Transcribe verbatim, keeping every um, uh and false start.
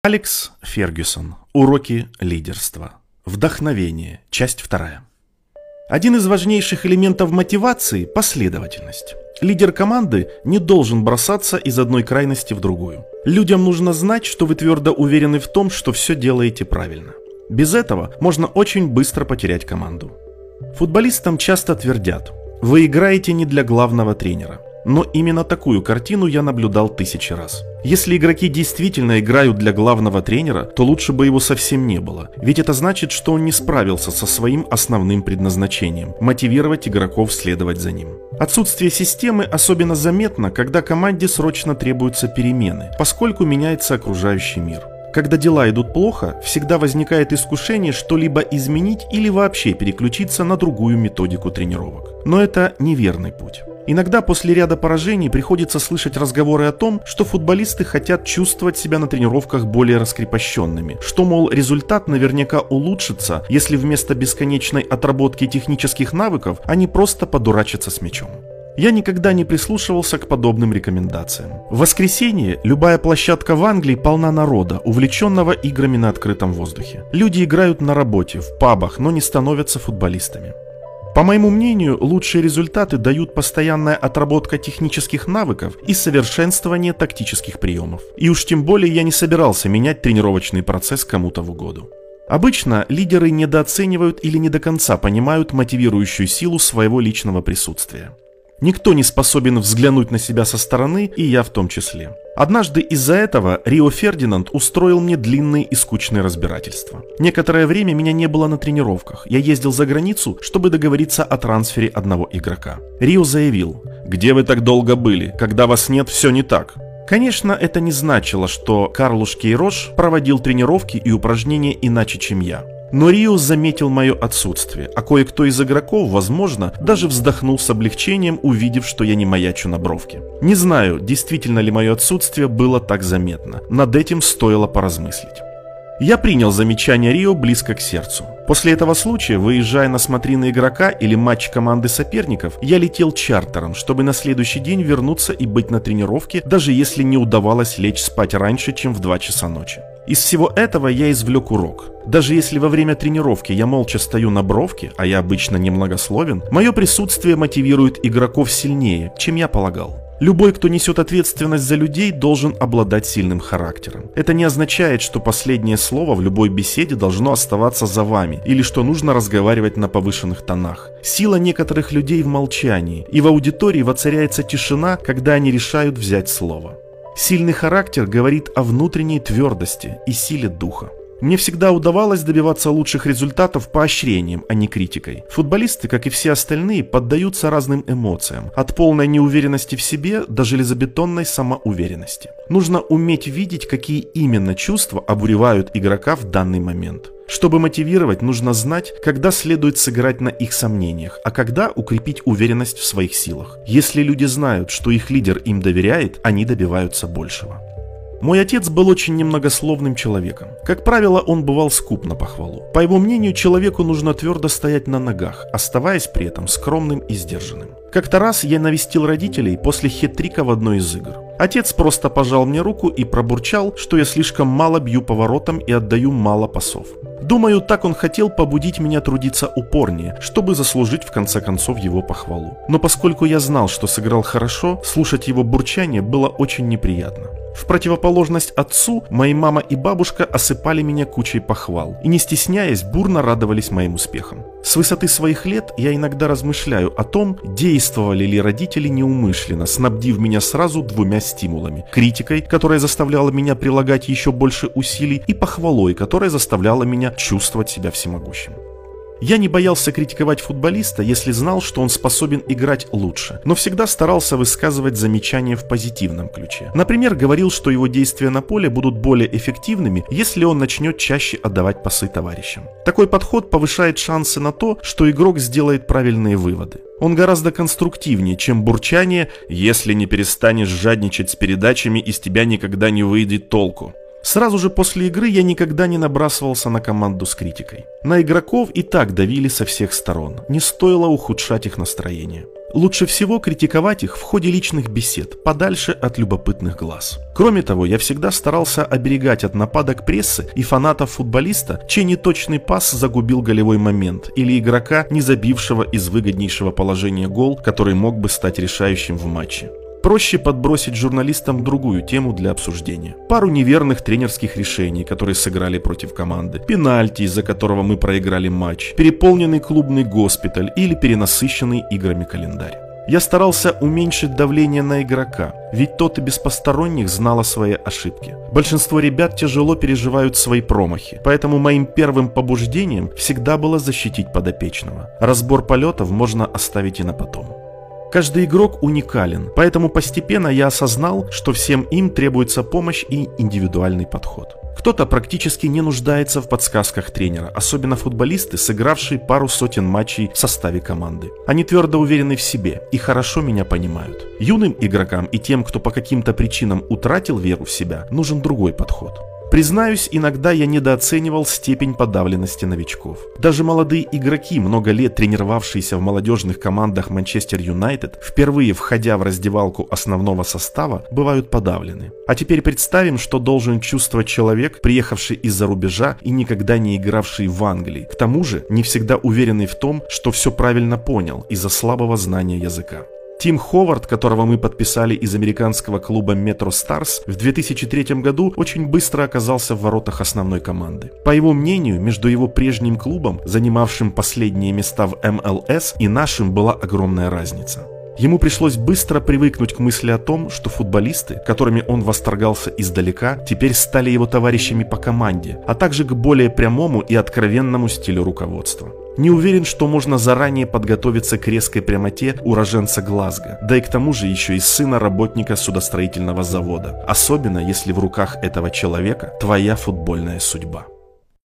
Алекс Фергюсон. Уроки лидерства. Вдохновение. Часть вторая. Один из важнейших элементов мотивации – последовательность. Лидер команды не должен бросаться из одной крайности в другую. Людям нужно знать, что вы твердо уверены в том, что все делаете правильно. Без этого можно очень быстро потерять команду. Футболистам часто твердят: вы играете не для главного тренера. Но именно такую картину я наблюдал тысячи раз. Если игроки действительно играют для главного тренера, то лучше бы его совсем не было. Ведь это значит, что он не справился со своим основным предназначением – мотивировать игроков следовать за ним. Отсутствие системы особенно заметно, когда команде срочно требуются перемены, поскольку меняется окружающий мир. Когда дела идут плохо, всегда возникает искушение что-либо изменить или вообще переключиться на другую методику тренировок. Но это неверный путь. Иногда после ряда поражений приходится слышать разговоры о том, что футболисты хотят чувствовать себя на тренировках более раскрепощенными, что, мол, результат наверняка улучшится, если вместо бесконечной отработки технических навыков они просто подурачатся с мячом. Я никогда не прислушивался к подобным рекомендациям. В воскресенье любая площадка в Англии полна народа, увлеченного играми на открытом воздухе. Люди играют на работе, в пабах, но не становятся футболистами. По моему мнению, лучшие результаты дают постоянная отработка технических навыков и совершенствование тактических приемов. И уж тем более я не собирался менять тренировочный процесс кому-то в угоду. Обычно лидеры недооценивают или не до конца понимают мотивирующую силу своего личного присутствия. Никто не способен взглянуть на себя со стороны, и я в том числе. Однажды из-за этого Рио Фердинанд устроил мне длинные и скучные разбирательства. Некоторое время меня не было на тренировках. Я ездил за границу, чтобы договориться о трансфере одного игрока. Рио заявил: «Где вы так долго были? Когда вас нет, все не так». Конечно, это не значило, что Карлуш Кейрош проводил тренировки и упражнения иначе, чем я. Но Рио заметил мое отсутствие, а кое-кто из игроков, возможно, даже вздохнул с облегчением, увидев, что я не маячу на бровке. Не знаю, действительно ли мое отсутствие было так заметно. Над этим стоило поразмыслить. Я принял замечание Рио близко к сердцу. После этого случая, выезжая на смотрины игрока или матч команды соперников, я летел чартером, чтобы на следующий день вернуться и быть на тренировке, даже если не удавалось лечь спать раньше, чем в два часа ночи. Из всего этого я извлек урок. Даже если во время тренировки я молча стою на бровке, а я обычно немногословен, мое присутствие мотивирует игроков сильнее, чем я полагал. Любой, кто несет ответственность за людей, должен обладать сильным характером. Это не означает, что последнее слово в любой беседе должно оставаться за вами, или что нужно разговаривать на повышенных тонах. Сила некоторых людей в молчании, и в аудитории воцаряется тишина, когда они решают взять слово. Сильный характер говорит о внутренней твердости и силе духа. Мне всегда удавалось добиваться лучших результатов поощрением, а не критикой. Футболисты, как и все остальные, поддаются разным эмоциям. От полной неуверенности в себе до железобетонной самоуверенности. Нужно уметь видеть, какие именно чувства обуревают игрока в данный момент. Чтобы мотивировать, нужно знать, когда следует сыграть на их сомнениях, а когда укрепить уверенность в своих силах. Если люди знают, что их лидер им доверяет, они добиваются большего. Мой отец был очень немногословным человеком. Как правило, он бывал скуп на похвалу. По его мнению, человеку нужно твердо стоять на ногах, оставаясь при этом скромным и сдержанным. Как-то раз я навестил родителей после хет-трика в одной из игр. Отец просто пожал мне руку и пробурчал, что я слишком мало бью по воротам и отдаю мало пасов. Думаю, так он хотел побудить меня трудиться упорнее, чтобы заслужить в конце концов его похвалу. Но поскольку я знал, что сыграл хорошо, слушать его бурчание было очень неприятно. В противоположность отцу, мои мама и бабушка осыпали меня кучей похвал и, не стесняясь, бурно радовались моим успехам. С высоты своих лет я иногда размышляю о том, действовали ли родители неумышленно, снабдив меня сразу двумя стимулами: критикой, которая заставляла меня прилагать еще больше усилий, и похвалой, которая заставляла меня чувствовать себя всемогущим. Я не боялся критиковать футболиста, если знал, что он способен играть лучше, но всегда старался высказывать замечания в позитивном ключе. Например, говорил, что его действия на поле будут более эффективными, если он начнет чаще отдавать пасы товарищам. Такой подход повышает шансы на то, что игрок сделает правильные выводы. Он гораздо конструктивнее, чем бурчание: «если не перестанешь жадничать с передачами, из тебя никогда не выйдет толку». Сразу же после игры я никогда не набрасывался на команду с критикой. На игроков и так давили со всех сторон, не стоило ухудшать их настроение. Лучше всего критиковать их в ходе личных бесед, подальше от любопытных глаз. Кроме того, я всегда старался оберегать от нападок прессы и фанатов футболиста, чей неточный пас загубил голевой момент, или игрока, не забившего из выгоднейшего положения гол, который мог бы стать решающим в матче. Проще подбросить журналистам другую тему для обсуждения. Пару неверных тренерских решений, которые сыграли против команды, пенальти, из-за которого мы проиграли матч, переполненный клубный госпиталь или перенасыщенный играми календарь. Я старался уменьшить давление на игрока, ведь тот и без посторонних знал о своей ошибке. Большинство ребят тяжело переживают свои промахи, поэтому моим первым побуждением всегда было защитить подопечного. Разбор полетов можно оставить и на потом. Каждый игрок уникален, поэтому постепенно я осознал, что всем им требуется помощь и индивидуальный подход. Кто-то практически не нуждается в подсказках тренера, особенно футболисты, сыгравшие пару сотен матчей в составе команды. Они твердо уверены в себе и хорошо меня понимают. Юным игрокам и тем, кто по каким-то причинам утратил веру в себя, нужен другой подход. Признаюсь, иногда я недооценивал степень подавленности новичков. Даже молодые игроки, много лет тренировавшиеся в молодежных командах Манчестер Юнайтед, впервые входя в раздевалку основного состава, бывают подавлены. А теперь представим, что должен чувствовать человек, приехавший из-за рубежа и никогда не игравший в Англии, к тому же не всегда уверенный в том, что все правильно понял из-за слабого знания языка. Тим Ховард, которого мы подписали из американского клуба Metro Stars, в две тысячи третьем году очень быстро оказался в воротах основной команды. По его мнению, между его прежним клубом, занимавшим последние места в эм эл эс, и нашим была огромная разница. Ему пришлось быстро привыкнуть к мысли о том, что футболисты, которыми он восторгался издалека, теперь стали его товарищами по команде, а также к более прямому и откровенному стилю руководства. Не уверен, что можно заранее подготовиться к резкой прямоте уроженца Глазго, да и к тому же еще и сына работника судостроительного завода, особенно если в руках этого человека твоя футбольная судьба.